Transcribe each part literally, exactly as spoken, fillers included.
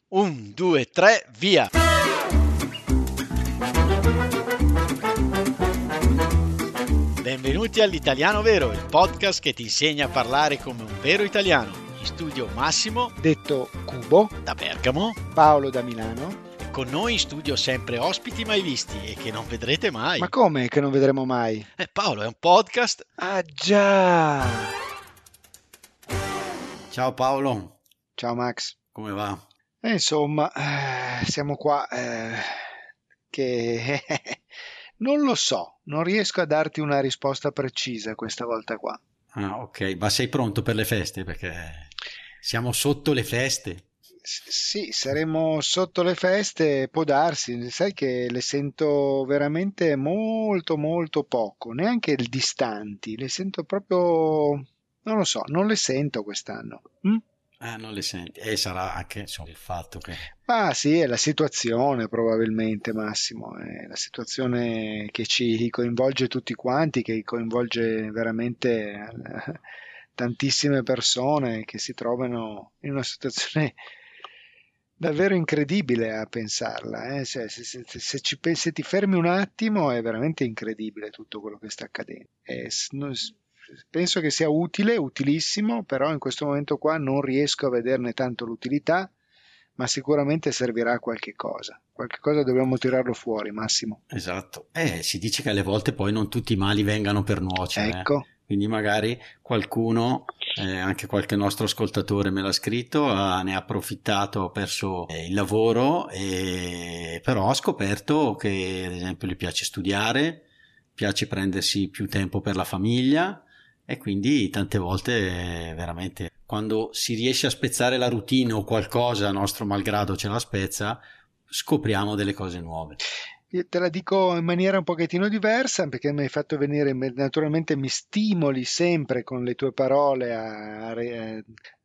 Un, due, tre, via! Benvenuti all'Italiano Vero, il podcast che ti insegna a parlare come un vero italiano. In studio Massimo, detto Cubo, da Bergamo, Paolo da Milano. Con noi in studio sempre ospiti mai visti e che non vedrete mai. Ma come che non vedremo mai? Eh, Paolo, è un podcast. Ah già! Ciao Paolo. Ciao Max. Come va? E insomma, eh, siamo qua eh, che non lo so, non riesco a darti una risposta precisa questa volta qua. Ah, ok, ma sei pronto per le feste? Perché siamo sotto le feste. Sì, saremo sotto le feste, può darsi, sai che le sento veramente molto molto poco, neanche distanti, le sento proprio, non lo so, non le sento quest'anno. Hm? Ah, non le senti. E sarà anche insomma, il fatto che... Ah sì, è la situazione probabilmente, Massimo, è la situazione che ci coinvolge tutti quanti, che coinvolge veramente eh, tantissime persone che si trovano in una situazione davvero incredibile a pensarla, eh. Cioè, se, se- se ci pe- se ti fermi un attimo è veramente incredibile tutto quello che sta accadendo. E s- non s- penso che sia utile, utilissimo, però in questo momento qua non riesco a vederne tanto l'utilità, ma sicuramente servirà a qualche cosa. Qualche cosa dobbiamo tirarlo fuori, Massimo. Esatto. Eh, si dice che alle volte poi non tutti i mali vengano per nuocere. eh. Ecco. Quindi magari qualcuno, eh, anche qualche nostro ascoltatore me l'ha scritto, ha- ne ha approfittato, ha perso eh, il lavoro, e però ha scoperto che ad esempio gli piace studiare, piace prendersi più tempo per la famiglia, e quindi tante volte eh, veramente quando si riesce a spezzare la routine o qualcosa a nostro malgrado ce la spezza, scopriamo delle cose nuove. Io te la dico in maniera un pochettino diversa perché mi hai fatto venire, naturalmente mi stimoli sempre con le tue parole a, a re-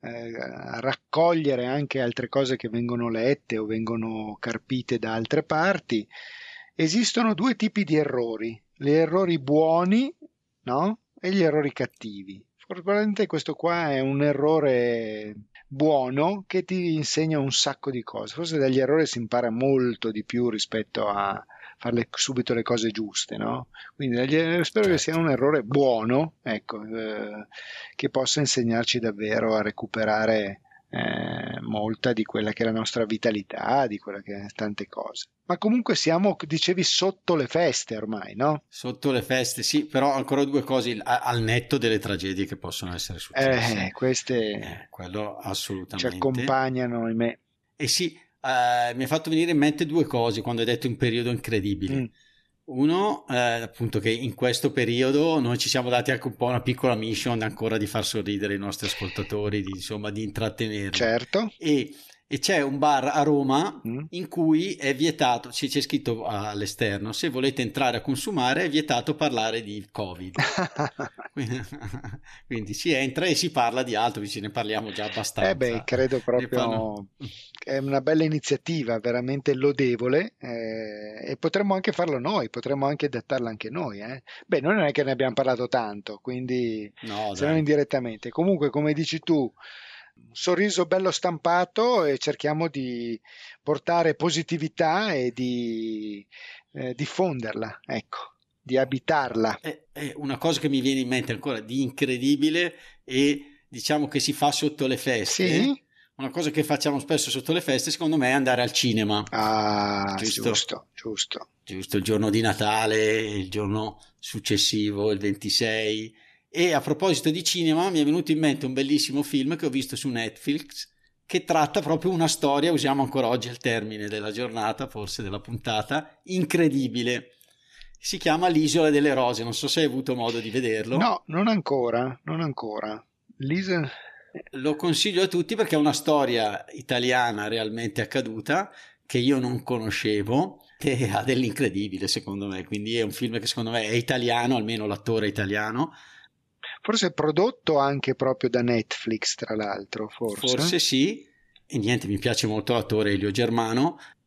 a raccogliere anche altre cose che vengono lette o vengono carpite da altre parti. Esistono due tipi di errori, gli errori buoni, no? E gli errori cattivi. Probabilmente questo qua è un errore buono che ti insegna un sacco di cose. Forse dagli errori si impara molto di più rispetto a fare subito le cose giuste, no? Quindi dagli- spero che sia Certo. un errore buono, ecco, eh, che possa insegnarci davvero a recuperare eh, molta di quella che è la nostra vitalità, di quella che è tante cose. Ma comunque siamo, dicevi, sotto le feste ormai, no? Sotto le feste, sì, però ancora due cose a- al netto delle tragedie che possono essere successe. Eh, queste Eh, quello ci assolutamente. accompagnano, ahimè. E sì, eh, mi ha fatto venire in mente due cose quando hai detto un periodo incredibile. Mm. Uno, eh, appunto, che in questo periodo noi ci siamo dati anche un po' una piccola mission ancora di far sorridere i nostri ascoltatori, di, insomma, di intrattenerli. Certo. E, e c'è un bar a Roma Mm. in cui è vietato, c'è, c'è scritto all'esterno, se volete entrare a consumare è vietato parlare di Covid. Quindi, quindi si entra e si parla di altro, ce ne parliamo già abbastanza. Eh beh, credo Ne proprio parlo- che è una bella iniziativa, veramente lodevole, eh, e potremmo anche farlo noi, potremmo anche dettarla anche noi, eh. Beh, noi non è che ne abbiamo parlato tanto, quindi No, se non dai. indirettamente. Comunque, come dici tu, un sorriso bello stampato e cerchiamo di portare positività e di eh, diffonderla, ecco, di abitarla. È, è una cosa che mi viene in mente ancora di incredibile e diciamo che si fa sotto le feste. Sì? Una cosa che facciamo spesso sotto le feste, secondo me, è andare al cinema. Ah, Giusto? giusto, giusto. Giusto, il giorno di Natale, il giorno successivo, il ventisei. E a proposito di cinema, mi è venuto in mente un bellissimo film che ho visto su Netflix che tratta proprio una storia, usiamo ancora oggi il termine della giornata, forse della puntata, incredibile. Si chiama L'Isola delle Rose, non so se hai avuto modo di vederlo. No, non ancora, non ancora. Lisa... Lo consiglio a tutti perché è una storia italiana realmente accaduta che io non conoscevo e ha dell'incredibile secondo me, quindi è un film che secondo me è italiano, almeno l'attore è italiano. Forse è prodotto anche proprio da Netflix, tra l'altro, forse. Forse sì, e niente, mi piace molto l'attore Elio Germano,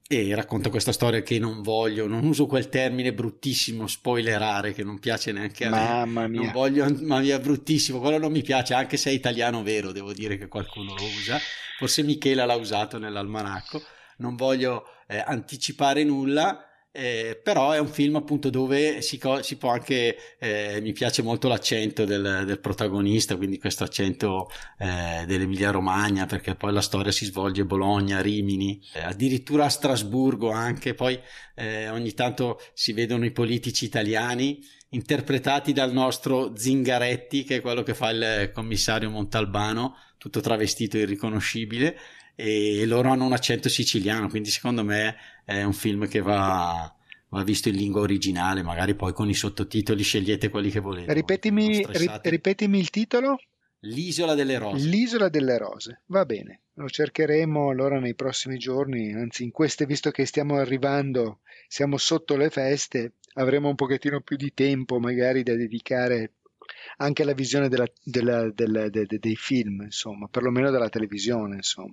e racconta questa storia che non voglio, non uso quel termine bruttissimo, spoilerare, che non piace neanche a me. Mamma mia. Non voglio, ma mia, bruttissimo, quello non mi piace, anche se è italiano vero, devo dire che qualcuno lo usa, forse Michela l'ha usato nell'almanacco, non voglio eh, anticipare nulla. Eh, però è un film appunto dove si, si può anche eh, mi piace molto l'accento del, del protagonista, quindi questo accento eh, dell'Emilia Romagna, perché poi la storia si svolge a Bologna, Rimini, eh, addirittura a Strasburgo anche, poi eh, ogni tanto si vedono i politici italiani interpretati dal nostro Zingaretti, che è quello che fa il commissario Montalbano, tutto travestito irriconoscibile, e loro hanno un accento siciliano, quindi secondo me è un film che va, va visto in lingua originale, magari poi con i sottotitoli, scegliete quelli che volete. Ripetimi, ri- ripetimi il titolo. L'Isola delle Rose. L'Isola delle Rose, va bene, lo cercheremo allora nei prossimi giorni, anzi in queste, visto che stiamo arrivando, siamo sotto le feste, avremo un pochettino più di tempo magari da dedicare anche alla visione della, della, della, de, de, dei film, insomma, perlomeno della televisione, insomma.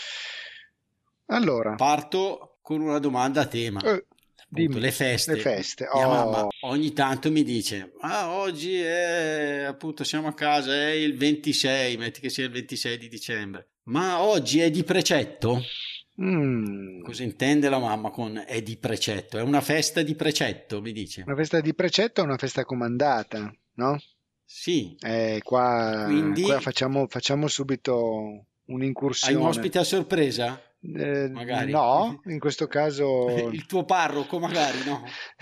Allora, parto con una domanda a tema. Eh, dimmi, le feste. Le feste. Mia oh. mamma ogni tanto mi dice: ah, oggi è appunto siamo a casa, è il ventisei, metti che sia il ventisei di dicembre. Ma oggi è di precetto? Mm. Cosa intende la mamma con è di precetto? È una festa di precetto, mi dice. Una festa di precetto è una festa comandata, no? Sì. Eh, qua, Quindi, qua facciamo, facciamo subito un'incursione. Hai un ospite a sorpresa? Eh, magari. No, in questo caso... Il tuo parroco magari, no?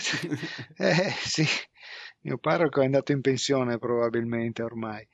eh, sì, mio parroco è andato in pensione probabilmente ormai.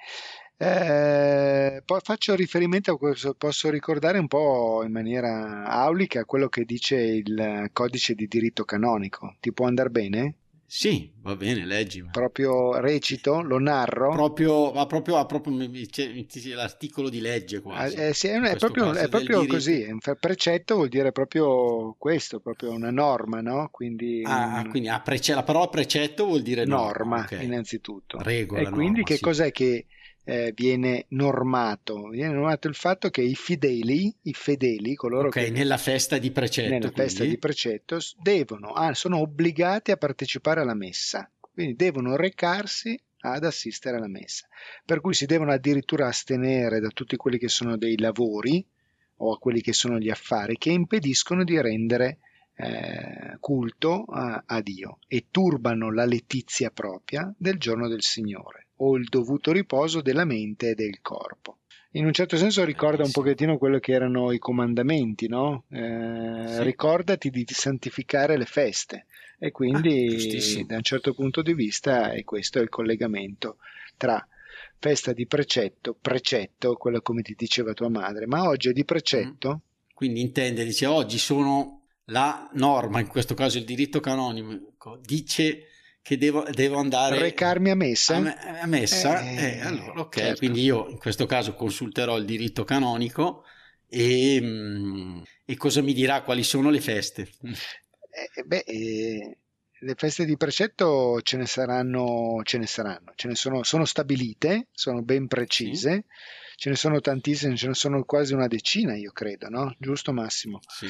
Eh, poi faccio riferimento a questo, posso ricordare un po' in maniera aulica quello che dice il codice di diritto canonico. Ti può andare bene? Sì, va bene, leggi. Proprio recito, lo narro. Proprio, ma proprio, ha proprio l'articolo di legge quasi. Eh, sì, è, è proprio, è proprio così. Un precetto vuol dire proprio questo, proprio una norma, no? Quindi, ah, un... quindi ah, prece- la parola precetto vuol dire norma, norma okay. Innanzitutto. Regola, e quindi norma, che sì. cos'è che eh, viene normato? Viene normato il fatto che i fedeli, i fedeli, coloro okay, che nella festa di precetto, nella quindi. festa di precetto devono, ah, sono obbligati a partecipare alla messa, quindi devono recarsi ad assistere alla messa, per cui si devono addirittura astenere da tutti quelli che sono dei lavori o a quelli che sono gli affari che impediscono di rendere eh, culto a, a Dio e turbano la letizia propria del giorno del Signore o il dovuto riposo della mente e del corpo. In un certo senso ricorda un pochettino quello che erano i comandamenti, no? Eh, sì. Ricordati di santificare le feste e quindi ah, da un certo punto di vista è questo è il collegamento tra festa di precetto, precetto, quello come ti diceva tua madre, ma oggi è di precetto. Mm. Quindi intende, dice oggi sono la norma, in questo caso il diritto canonico, dice che devo, devo andare recarmi a messa, a, me, a messa eh, eh, allora, ok, certo. Quindi io in questo caso consulterò il diritto canonico e, mh, e cosa mi dirà quali sono le feste? Eh, beh, eh, le feste di precetto ce ne saranno, ce ne saranno, ce ne sono, sono stabilite, sono ben precise, sì. Ce ne sono tantissime, ce ne sono quasi una decina, io credo, no? Giusto Massimo? Sì.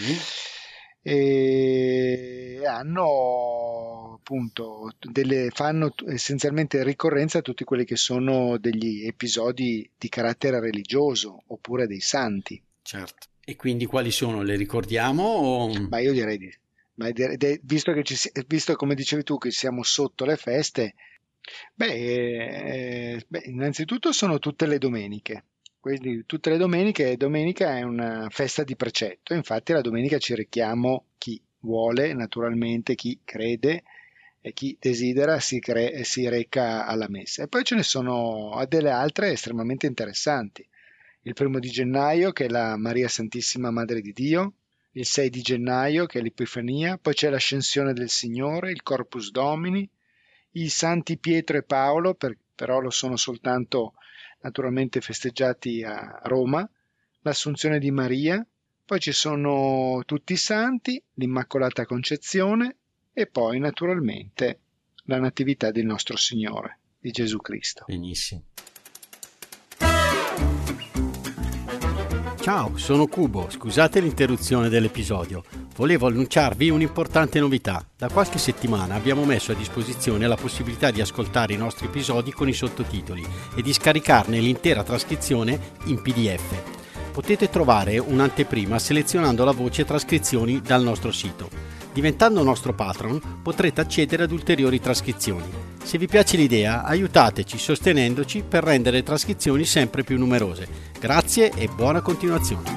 E hanno appunto delle, fanno essenzialmente ricorrenza a tutti quelli che sono degli episodi di carattere religioso oppure dei santi. Certo. E quindi quali sono? Le ricordiamo? O... Ma io direi di ma direi, visto che ci visto come dicevi tu che siamo sotto le feste, beh, eh, beh innanzitutto sono tutte le domeniche. Quindi tutte le domeniche, domenica è una festa di precetto, infatti la domenica ci rechiamo chi vuole, naturalmente chi crede e chi desidera si, cre- si reca alla messa. E poi ce ne sono delle altre estremamente interessanti. Il primo di gennaio che è la Maria Santissima Madre di Dio, il sei di gennaio che è l'Epifania, poi c'è l'Ascensione del Signore, il Corpus Domini, i Santi Pietro e Paolo, per, però lo sono soltanto naturalmente festeggiati a Roma, l'Assunzione di Maria, poi ci sono tutti i santi, l'Immacolata Concezione e poi naturalmente la Natività del nostro Signore, di Gesù Cristo. Benissimo. Ciao, sono Cubo, scusate l'interruzione dell'episodio. Volevo annunciarvi un'importante novità. Da qualche settimana abbiamo messo a disposizione la possibilità di ascoltare i nostri episodi con i sottotitoli e di scaricarne l'intera trascrizione in P D F. Potete trovare un'anteprima selezionando la voce trascrizioni dal nostro sito. Diventando nostro patron potrete accedere ad ulteriori trascrizioni. Se vi piace l'idea, aiutateci sostenendoci per rendere le trascrizioni sempre più numerose. Grazie e buona continuazione.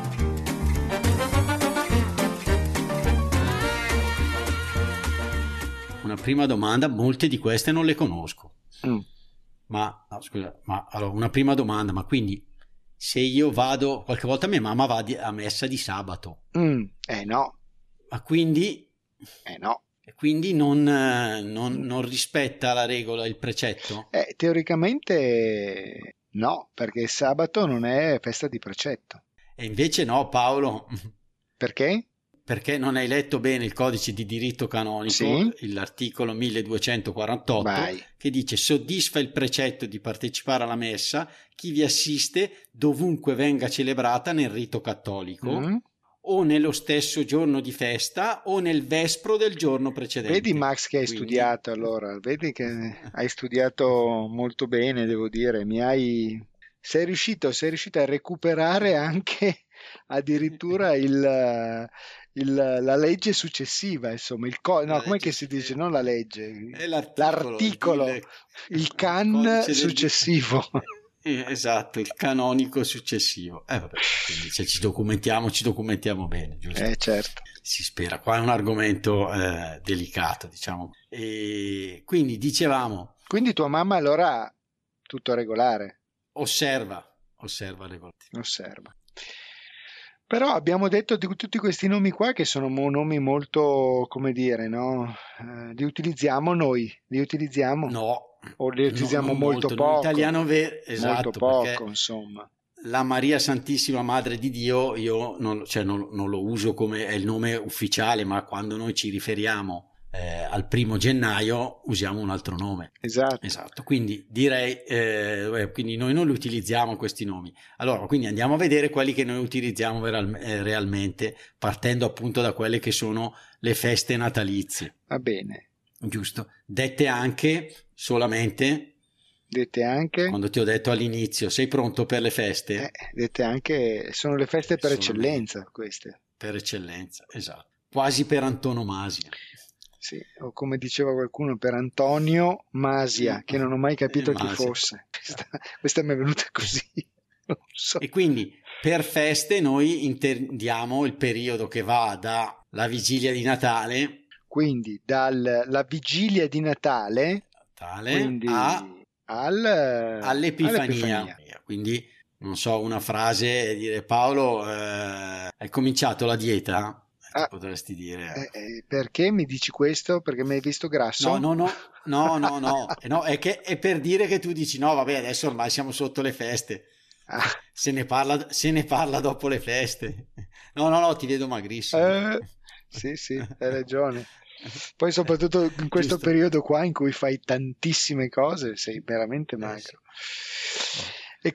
Una prima domanda, molte di queste non le conosco. Mm. Ma no, scusa, ma allora una prima domanda, ma quindi se io vado, qualche volta mia mamma va di, a messa di sabato. Mm. Eh no. Ma quindi Eh no. E quindi non, non, non rispetta la regola, il precetto? Eh, teoricamente no, perché il sabato non è festa di precetto. E invece no, Paolo. Perché? Perché non hai letto bene il codice di diritto canonico, sì? L'articolo milleduecentoquarantotto, Vai. Che dice: soddisfa il precetto di partecipare alla messa chi vi assiste dovunque venga celebrata nel rito cattolico. Mm. O nello stesso giorno di festa o nel vespro del giorno precedente. Vedi Max che hai Quindi... studiato allora, vedi che hai studiato molto bene, devo dire, mi hai sei riuscito, sei riuscito a recuperare anche addirittura il, il la legge successiva, insomma, il co... no, com'è che si dice? Non la legge, è l'articolo, l'articolo il, il can il successivo. Del... Esatto, il canonico successivo. Eh, vabbè, quindi se ci documentiamo, ci documentiamo bene, giusto? Eh, certo. Si spera. Qua è un argomento eh, delicato, diciamo. E quindi dicevamo. Quindi tua mamma allora tutto regolare? Osserva, osserva regolare. Osserva. Però abbiamo detto di tutti questi nomi qua che sono nomi molto, come dire, no? Eh, li utilizziamo noi? Li utilizziamo? No. O li utilizziamo no, molto, molto poco? In italiano ver- esatto, molto poco, insomma. La Maria Santissima Madre di Dio, io non, cioè non, non lo uso come è il nome ufficiale, ma quando noi ci riferiamo eh, al primo gennaio usiamo un altro nome. Esatto. Esatto. Quindi direi, eh, quindi noi non li utilizziamo questi nomi. Allora, quindi andiamo a vedere quelli che noi utilizziamo real- eh, realmente, partendo appunto da quelle che sono le feste natalizie. Va bene. Giusto. Dette anche solamente. Dette anche. Quando ti ho detto all'inizio, sei pronto per le feste? Eh, dette anche, sono le feste per solamente. Eccellenza queste. Per eccellenza, esatto. Quasi per antonomasia. Sì, o come diceva qualcuno, per Antonio Masia, che non ho mai capito chi fosse. Questa, questa mi è venuta così. Non so. E quindi per feste noi intendiamo il periodo che va dalla vigilia di Natale. Quindi dalla vigilia di Natale, Natale a, al, all'Epifania. all'Epifania. Quindi, non so, una frase, dire Paolo, eh, hai cominciato la dieta? Ah, potresti dire. Eh, perché mi dici questo? Perché mi hai visto grasso? No, no, no, no, no, no. no è, che, è per dire che tu dici, no, vabbè, adesso ormai siamo sotto le feste. Ah. Se ne parla, se ne parla dopo le feste. No, no, no, ti vedo magrissimo. Eh, sì, sì, hai ragione. Poi soprattutto in questo Giusto. periodo qua in cui fai tantissime cose sei veramente magro. Eh, sì. E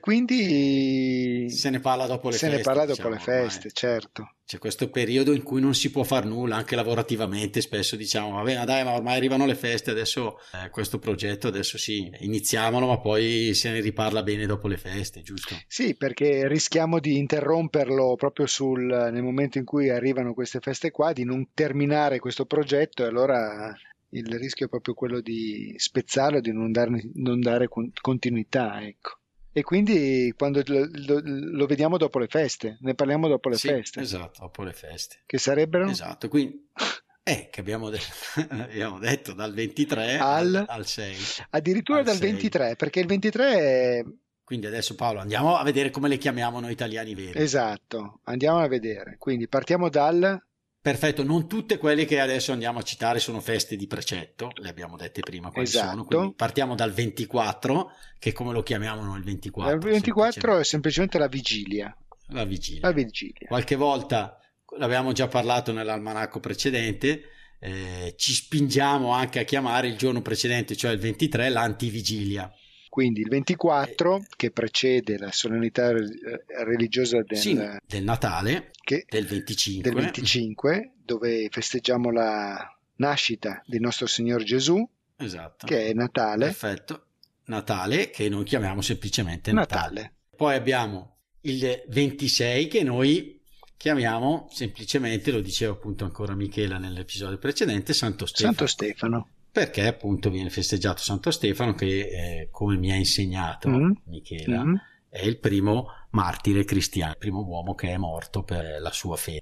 quindi se ne parla dopo le se feste. Ne parla dopo diciamo, le feste, ormai. Certo. C'è questo periodo in cui non si può far nulla, anche lavorativamente. Spesso diciamo, va bene, dai, ma ormai arrivano le feste, adesso eh, questo progetto, adesso sì, iniziamolo, ma poi se ne riparla bene dopo le feste, giusto? Sì, perché rischiamo di interromperlo proprio sul, nel momento in cui arrivano queste feste qua, di non terminare questo progetto, e allora il rischio è proprio quello di spezzarlo, di non, darne, non dare continuità, ecco. E quindi quando lo, lo, lo vediamo dopo le feste, ne parliamo dopo le sì, feste. Esatto, dopo le feste. Che sarebbero? Esatto, quindi eh, che abbiamo, de- abbiamo detto dal ventitré al, al, al sei. Addirittura al dal sei. ventitré, perché il ventitré è... Quindi adesso Paolo andiamo a vedere come le chiamiamo noi italiani veri. Esatto, andiamo a vedere. Quindi partiamo dal... Perfetto, non tutte quelle che adesso andiamo a citare sono feste di precetto, le abbiamo dette prima quali esatto. sono, quindi partiamo dal ventiquattro, che come lo chiamiamo noi il ventiquattro? Il ventiquattro è semplicemente la vigilia. La vigilia. La vigilia. Qualche volta, l'abbiamo già parlato nell'almanacco precedente, eh, ci spingiamo anche a chiamare il giorno precedente, cioè il ventitré, l'antivigilia. Quindi il ventiquattro, eh, che precede la solennità religiosa del, sì, del Natale, che, del venticinque. del venticinque, dove festeggiamo la nascita di nostro Signor Gesù, esatto, che è Natale. Perfetto, Natale, che noi chiamiamo semplicemente Natale. Natale. Poi abbiamo il ventisei, che noi chiamiamo semplicemente, lo diceva appunto ancora Michela nell'episodio precedente, Santo Stefano. Santo Stefano. Perché appunto viene festeggiato Santo Stefano, che eh, come mi ha insegnato mm. Michela, mm. è il primo martire cristiano, il primo uomo che è morto per la sua fede.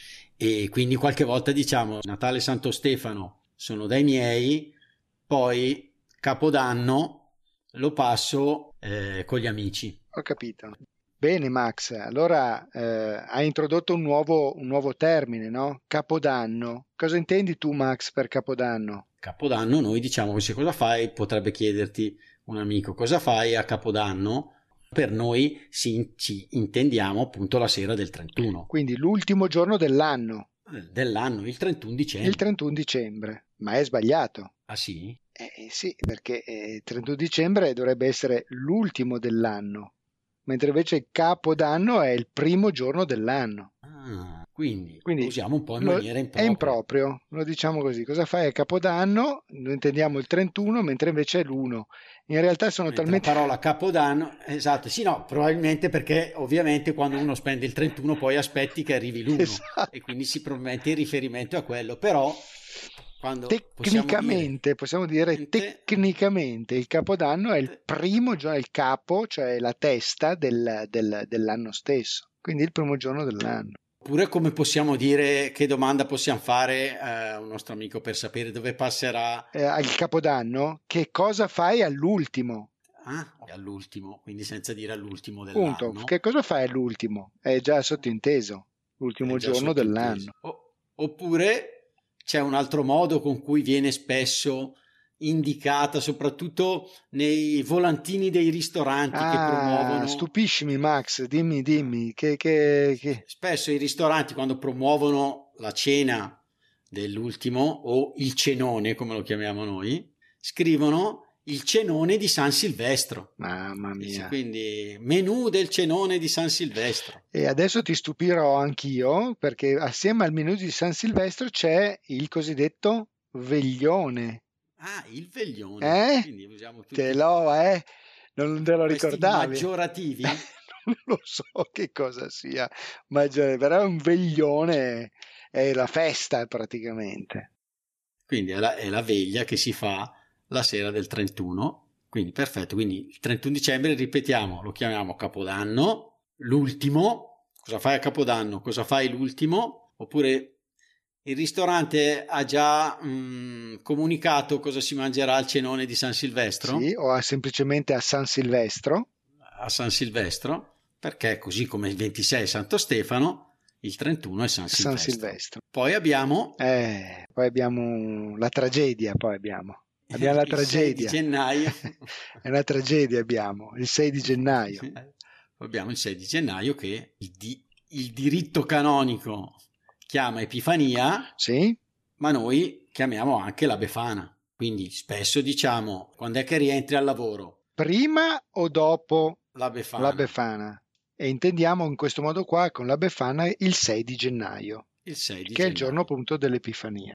E quindi qualche volta diciamo Natale, Santo Stefano sono dai miei, poi Capodanno lo passo eh, con gli amici. Ho capito. Bene Max, allora eh, hai introdotto un nuovo, un nuovo termine, no? Capodanno. Cosa intendi tu Max per Capodanno? Capodanno noi diciamo che se cosa fai, potrebbe chiederti un amico cosa fai a Capodanno. Per noi ci, ci intendiamo appunto la sera del trentuno. Quindi l'ultimo giorno dell'anno. Dell'anno, il trentuno dicembre. Il trentuno dicembre, ma è sbagliato. Ah sì? Eh, sì, perché il trentuno dicembre dovrebbe essere l'ultimo dell'anno, mentre invece il Capodanno è il primo giorno dell'anno. Ah, quindi, quindi lo usiamo un po' in lo, maniera impropria. È improprio, lo diciamo così. Cosa fai a Capodanno? Noi intendiamo il trentuno, mentre invece è l'uno. In realtà sono mentre talmente... La parola Capodanno, esatto, sì, no, probabilmente perché ovviamente quando uno spende il trentuno poi aspetti che arrivi l'uno, esatto. E quindi si promette il riferimento a quello, però... Quando Tecnicamente, possiamo dire, possiamo dire tecnicamente il Capodanno è il primo giorno, il capo, cioè la testa del, del, dell'anno stesso, quindi il primo giorno dell'anno. Oppure come possiamo dire, che domanda possiamo fare a un nostro amico per sapere dove passerà? Eh, al Capodanno, che cosa fai all'ultimo? Ah, all'ultimo, quindi senza dire all'ultimo dell'anno. Punto. Che cosa fai all'ultimo? È già sottinteso, l'ultimo già giorno sottinteso. Dell'anno. O, oppure... C'è un altro modo con cui viene spesso indicata, soprattutto nei volantini dei ristoranti ah, che promuovono. Stupiscimi, Max, dimmi, dimmi. Che, che, che... Spesso i ristoranti, quando promuovono la cena dell'ultimo o il cenone, come lo chiamiamo noi, scrivono il cenone di San Silvestro. Mamma mia. Quindi menù del cenone di San Silvestro. E adesso ti stupirò anch'io, perché assieme al menù di San Silvestro c'è il cosiddetto veglione. Ah, il veglione. Eh? Quindi usiamo tutti te lo, eh? Non te lo ricordavi? Maggiorativi? Non lo so che cosa sia, maggiore, però è un veglione, è la festa praticamente. Quindi è la, è la veglia che si fa la sera del trentuno, quindi perfetto, quindi il trentuno dicembre, ripetiamo, lo chiamiamo Capodanno, l'ultimo, cosa fai a Capodanno, cosa fai l'ultimo, oppure il ristorante ha già mh, comunicato cosa si mangerà al cenone di San Silvestro? Sì, o semplicemente a San Silvestro. A San Silvestro, perché così come il ventisei è Santo Stefano, il trentuno è San Silvestro. San Silvestro. Poi abbiamo... Eh, poi abbiamo la tragedia, poi abbiamo... Abbiamo la il tragedia. sei di gennaio. È una tragedia abbiamo, il sei di gennaio. Abbiamo il sei di gennaio che il, di, il diritto canonico chiama Epifania, sì? Ma noi chiamiamo anche la Befana. Quindi spesso diciamo, quando è che rientri al lavoro? Prima o dopo la Befana? La Befana. E intendiamo in questo modo qua con la Befana il sei di gennaio. Il sei di che gennaio. È il giorno appunto dell'Epifania,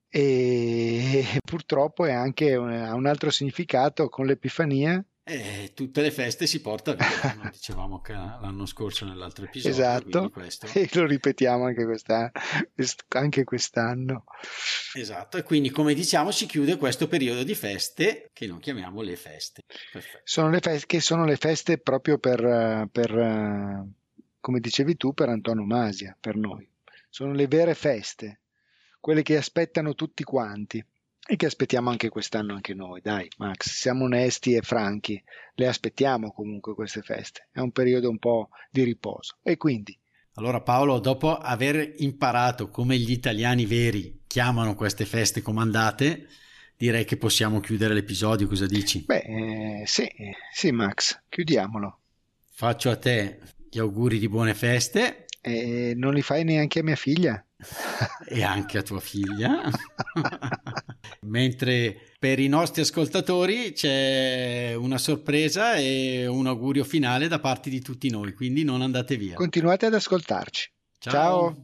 e purtroppo è anche un, ha un altro significato con l'Epifania. E tutte le feste si porta via, lo dicevamo anche l'anno scorso nell'altro episodio. Esatto, questo... e lo ripetiamo anche, quest'anno, anche quest'anno. Esatto, e quindi come diciamo si chiude questo periodo di feste che non chiamiamo le feste. Perfetto. Sono le feste che sono le feste proprio per, per come dicevi tu, per antonomasia, per noi. Sono le vere feste, quelle che aspettano tutti quanti e che aspettiamo anche quest'anno anche noi. Dai Max, siamo onesti e franchi, le aspettiamo comunque queste feste, è un periodo un po' di riposo. E quindi allora Paolo, dopo aver imparato come gli italiani veri chiamano queste feste comandate, direi che possiamo chiudere l'episodio, cosa dici? Beh, eh, sì, sì Max, chiudiamolo. Faccio a te gli auguri di buone feste. E non li fai neanche a mia figlia? E anche a tua figlia. mentre per i nostri ascoltatori c'è una sorpresa e un augurio finale da parte di tutti noi, quindi non andate via. Continuate ad ascoltarci. Ciao. Ciao.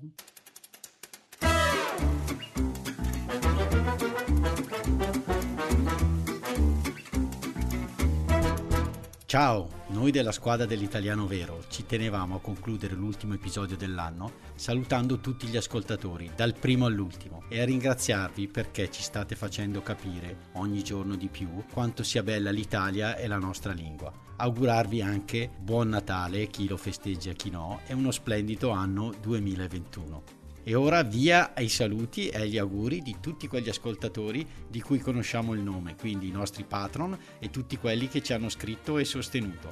Ciao, noi della squadra dell'Italiano Vero ci tenevamo a concludere l'ultimo episodio dell'anno salutando tutti gli ascoltatori, dal primo all'ultimo, e a ringraziarvi perché ci state facendo capire ogni giorno di più quanto sia bella l'Italia e la nostra lingua. Augurarvi anche buon Natale, chi lo festeggia e chi no, e uno splendido anno duemilaventuno. E ora via ai saluti e agli auguri di tutti quegli ascoltatori di cui conosciamo il nome, quindi i nostri patron e tutti quelli che ci hanno scritto e sostenuto.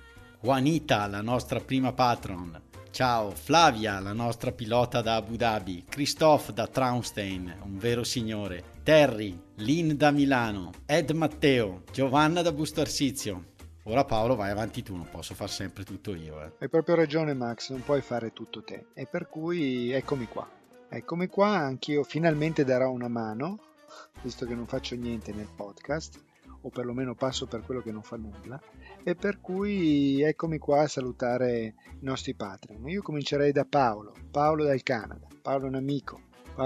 Juanita, la nostra prima patron. Ciao. Flavia, la nostra pilota da Abu Dhabi. Christophe da Traunstein, un vero signore. Terry, Lynn da Milano. Ed Matteo, Giovanna da Busto Arsizio. Ora Paolo vai avanti tu, non posso far sempre tutto io. Eh. Hai proprio ragione Max, non puoi fare tutto te. E per cui eccomi qua. Eccomi qua, anch'io finalmente darò una mano, visto che non faccio niente nel podcast, o perlomeno passo per quello che non fa nulla, e per cui eccomi qua a salutare i nostri Patreon. Io comincerei da Paolo, Paolo dal Canada. Paolo è un amico.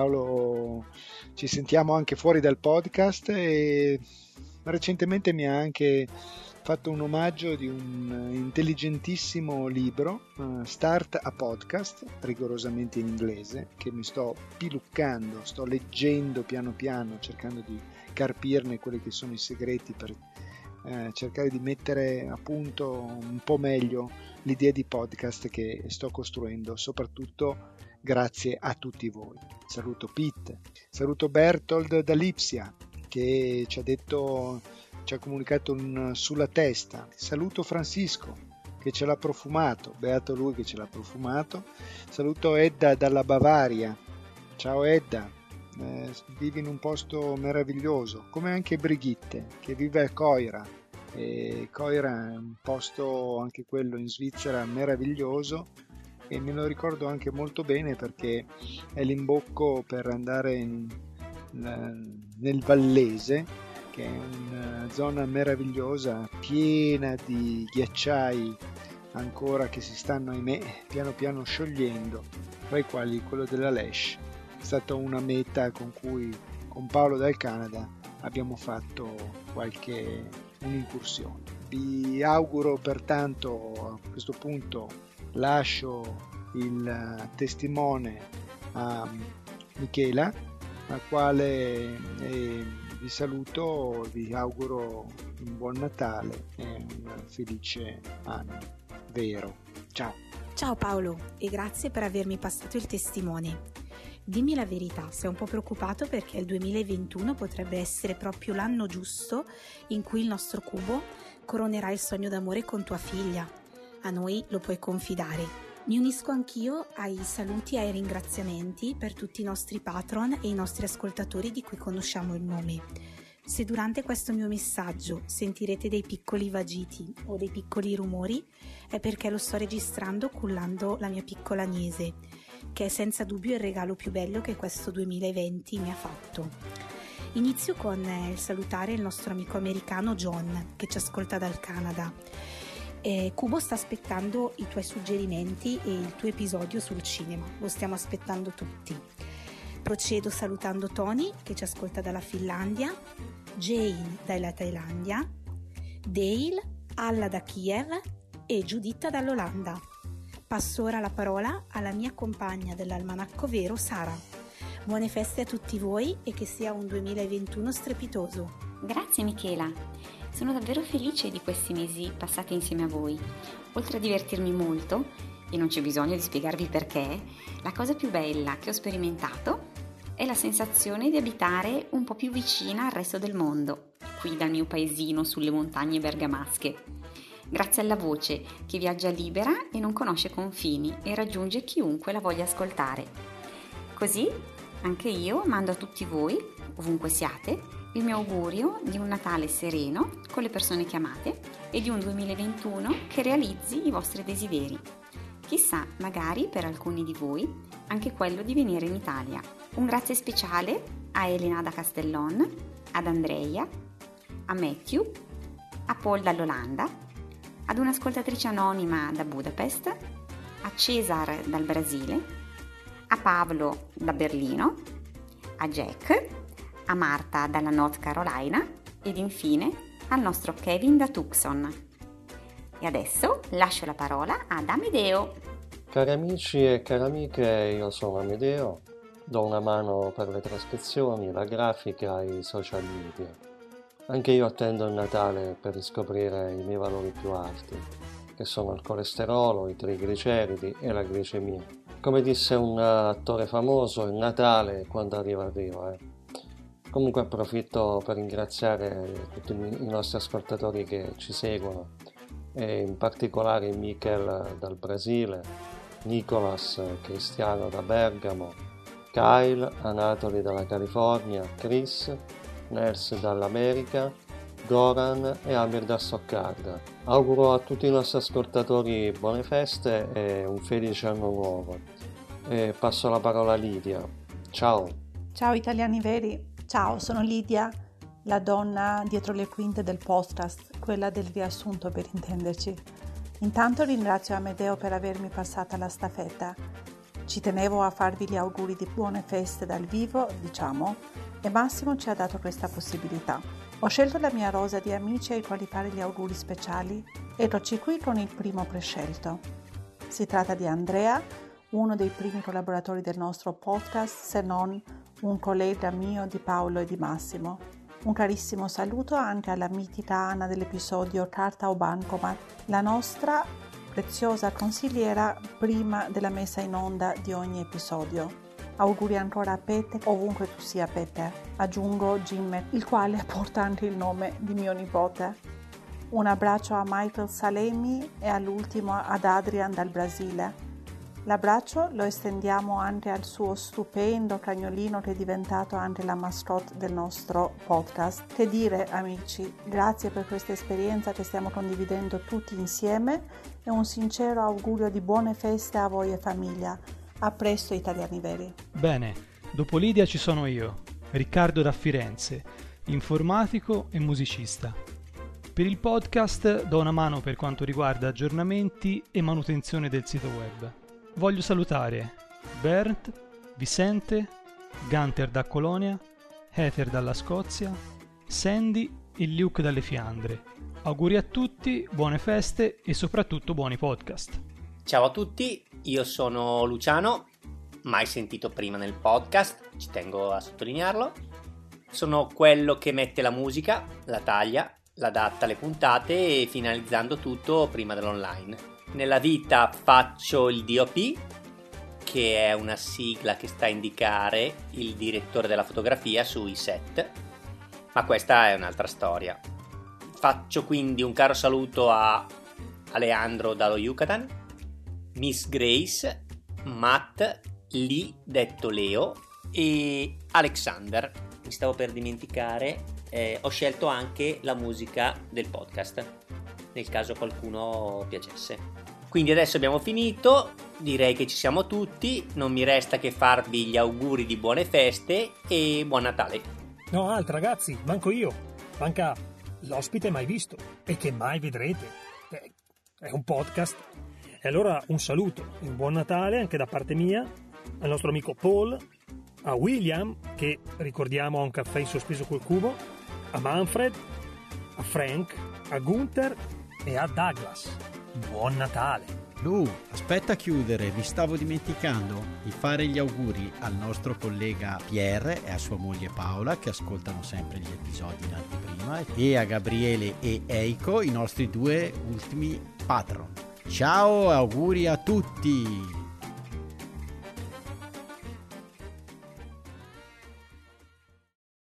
Paolo, ci sentiamo anche fuori dal podcast e recentemente mi ha anche fatto un omaggio di un intelligentissimo libro, uh, Start a Podcast, rigorosamente in inglese, che mi sto piluccando, sto leggendo piano piano, cercando di carpirne quelli che sono i segreti per uh, cercare di mettere a punto un po' meglio l'idea di podcast che sto costruendo, soprattutto grazie a tutti voi. Saluto Pete, saluto Bertold da Lipsia, che ci ha detto... ci ha comunicato un sulla testa. Saluto Francisco che ce l'ha profumato, beato lui che ce l'ha profumato. Saluto Edda dalla Bavaria. Ciao Edda, eh, vivi in un posto meraviglioso, come anche Brigitte che vive a Coira. E Coira è un posto anche quello in Svizzera meraviglioso e me lo ricordo anche molto bene perché è l'imbocco per andare in, nel Vallese, che è una zona meravigliosa, piena di ghiacciai ancora che si stanno, ahimè, piano piano sciogliendo, tra i quali quello della Lesh. È stata una meta con cui con Paolo dal Canada abbiamo fatto qualche un'incursione. Vi auguro pertanto, a questo punto lascio il testimone a Michela, la quale è, vi saluto, vi auguro un buon Natale e un felice anno vero. Ciao. Ciao Paolo e grazie per avermi passato il testimone. Dimmi la verità, sei un po' preoccupato perché il duemilaventuno potrebbe essere proprio l'anno giusto in cui il nostro cubo coronerà il sogno d'amore con tua figlia. A noi lo puoi confidare. Mi unisco anch'io ai saluti e ai ringraziamenti per tutti i nostri patron e i nostri ascoltatori di cui conosciamo il nome. Se durante questo mio messaggio sentirete dei piccoli vagiti o dei piccoli rumori, è perché lo sto registrando cullando la mia piccola niese, che è senza dubbio il regalo più bello che questo duemilaventi mi ha fatto. Inizio con il salutare il nostro amico americano John, che ci ascolta dal Canada. Eh, Cubo sta aspettando i tuoi suggerimenti e il tuo episodio sul cinema, lo stiamo aspettando tutti. Procedo salutando Tony che ci ascolta dalla Finlandia, Jane dalla Thailandia, Dale, Alla da Kiev e Giuditta dall'Olanda. Passo ora la parola alla mia compagna dell'Almanacco Vero, Sara. Buone feste a tutti voi e che sia un duemilaventuno strepitoso. Grazie Michela. Sono davvero felice di questi mesi passati insieme a voi. Oltre a divertirmi molto, e non c'è bisogno di spiegarvi perché, la cosa più bella che ho sperimentato è la sensazione di abitare un po' più vicina al resto del mondo, qui dal mio paesino sulle montagne bergamasche. Grazie alla voce che viaggia libera e non conosce confini e raggiunge chiunque la voglia ascoltare. Così anche io mando a tutti voi, ovunque siate, il mio augurio di un Natale sereno con le persone che amate e di un duemilaventuno che realizzi i vostri desideri. Chissà, magari per alcuni di voi anche quello di venire in Italia. Un grazie speciale a Elena da Castellon, ad Andrea, a Matthew, a Paul dall'Olanda, ad un'ascoltatrice anonima da Budapest, a Cesar dal Brasile, a Pablo da Berlino, a Jack, a Marta dalla North Carolina ed infine al nostro Kevin da Tucson. E adesso lascio la parola ad Amedeo. Cari amici e cari amiche, io sono Amedeo, do una mano per le trascrizioni, la grafica e i social media. Anche io attendo il Natale per riscoprire i miei valori più alti, che sono il colesterolo, i trigliceridi e la glicemia. Come disse un attore famoso, il Natale quando arriva arriva. Eh. Comunque approfitto per ringraziare tutti i nostri ascoltatori che ci seguono, e in particolare Michel dal Brasile, Nicolas Cristiano da Bergamo, Kyle Anatoli dalla California, Chris, Nels dall'America, Goran e Amir da Stoccarda. Auguro a tutti i nostri ascoltatori buone feste e un felice anno nuovo. E passo la parola a Lidia. Ciao. Ciao italiani veri, ciao, sono Lidia, la donna dietro le quinte del podcast, quella del riassunto per intenderci. Intanto ringrazio Amedeo per avermi passata la staffetta. Ci tenevo a farvi gli auguri di buone feste dal vivo, diciamo, e Massimo ci ha dato questa possibilità. Ho scelto la mia rosa di amici ai quali fare gli auguri speciali e eccoci qui con il primo prescelto. Si tratta di Andrea, uno dei primi collaboratori del nostro podcast, se non un collega mio di Paolo e di Massimo. Un carissimo saluto anche alla mitica Anna dell'episodio Carta o Bancomat, la nostra preziosa consigliera prima della messa in onda di ogni episodio. Auguri ancora a Pete, ovunque tu sia Pete. Aggiungo Jimmy, il quale porta anche il nome di mio nipote. Un abbraccio a Michael Salemi e all'ultimo ad Adrian dal Brasile. L'abbraccio lo estendiamo anche al suo stupendo cagnolino che è diventato anche la mascotte del nostro podcast. Che dire amici, grazie per questa esperienza che stiamo condividendo tutti insieme e un sincero augurio di buone feste a voi e famiglia. A presto italiani veri. Bene, dopo Lidia ci sono io, Riccardo da Firenze, informatico e musicista. Per il podcast do una mano per quanto riguarda aggiornamenti e manutenzione del sito web. Voglio salutare Bernd, Vicente, Gunter da Colonia, Heather dalla Scozia, Sandy e Luke dalle Fiandre. Auguri a tutti, buone feste e soprattutto buoni podcast. Ciao a tutti, io sono Luciano, mai sentito prima nel podcast, ci tengo a sottolinearlo. Sono quello che mette la musica, la taglia, l'adatta alle puntate e finalizzando tutto prima dell'online. Nella vita faccio il D O P, che è una sigla che sta a indicare il direttore della fotografia sui set, ma questa è un'altra storia. Faccio quindi un caro saluto a Alejandro dallo Yucatan, Miss Grace, Matt, Lee detto Leo e Alexander. Mi stavo per dimenticare, eh, ho scelto anche la musica del podcast, nel caso qualcuno piacesse. Quindi adesso abbiamo finito, direi che ci siamo tutti, non mi resta che farvi gli auguri di buone feste e buon Natale. No, alt ragazzi, manco io, manca l'ospite mai visto e che mai vedrete. Eh, è un podcast. E allora un saluto e un buon Natale anche da parte mia al nostro amico Paul, a William, che ricordiamo ha un caffè in sospeso col cubo, a Manfred, a Frank, a Gunther e a Douglas. Buon Natale! Lu, aspetta a chiudere, mi stavo dimenticando di fare gli auguri al nostro collega Pierre e a sua moglie Paola, che ascoltano sempre gli episodi in anteprima, e a Gabriele e Eiko, i nostri due ultimi patron. Ciao e auguri a tutti!